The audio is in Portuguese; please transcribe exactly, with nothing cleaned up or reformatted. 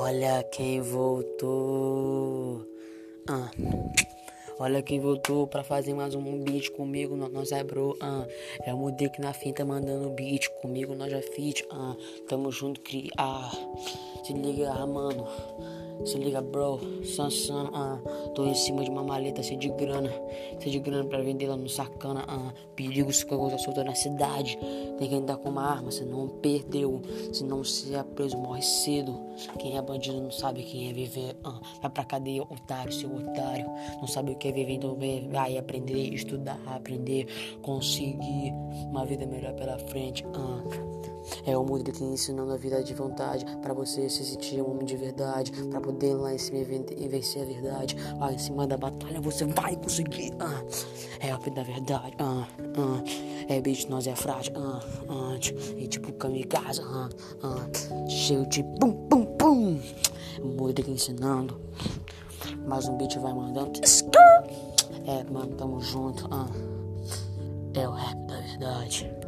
Olha quem voltou. Ah. Olha quem voltou pra fazer mais um beat comigo, nós é bro. Ah. É o Mudek na finta mandando beat comigo, nós é fit. Ah. Tamo junto, cria. Ah. Se liga, ah, mano. Se liga, bro. Sansan, ah. Tô em cima de uma maleta cheia de grana. Cheia de grana pra vender lá no Sacana. Ah. Perigos que eu solto na cidade. Tem que andar com uma arma, se não perdeu. Se não se é preso, morre cedo. Quem é bandido não sabe quem é viver. Ah. Vai pra cadeia, otário, seu otário. Não sabe o que é viver, então vai aprender, estudar, aprender, conseguir uma vida melhor pela frente. Ah. É o mundo que ensinando a vida de vontade, pra você se sentir um homem de verdade, pra poder lá em cima e vencer a verdade. Lá em cima da batalha você vai conseguir. Ah. É a vida da verdade. Ah. Ah. É bicho, nós é frágil. Ah. Ah. E tipo kamikaze. Ah. Ah. Cheio de pum, pum, pum. O mundo que ensinando. Mais um beat vai mandando. É, mano, tamo junto. Ah. É o rap da verdade.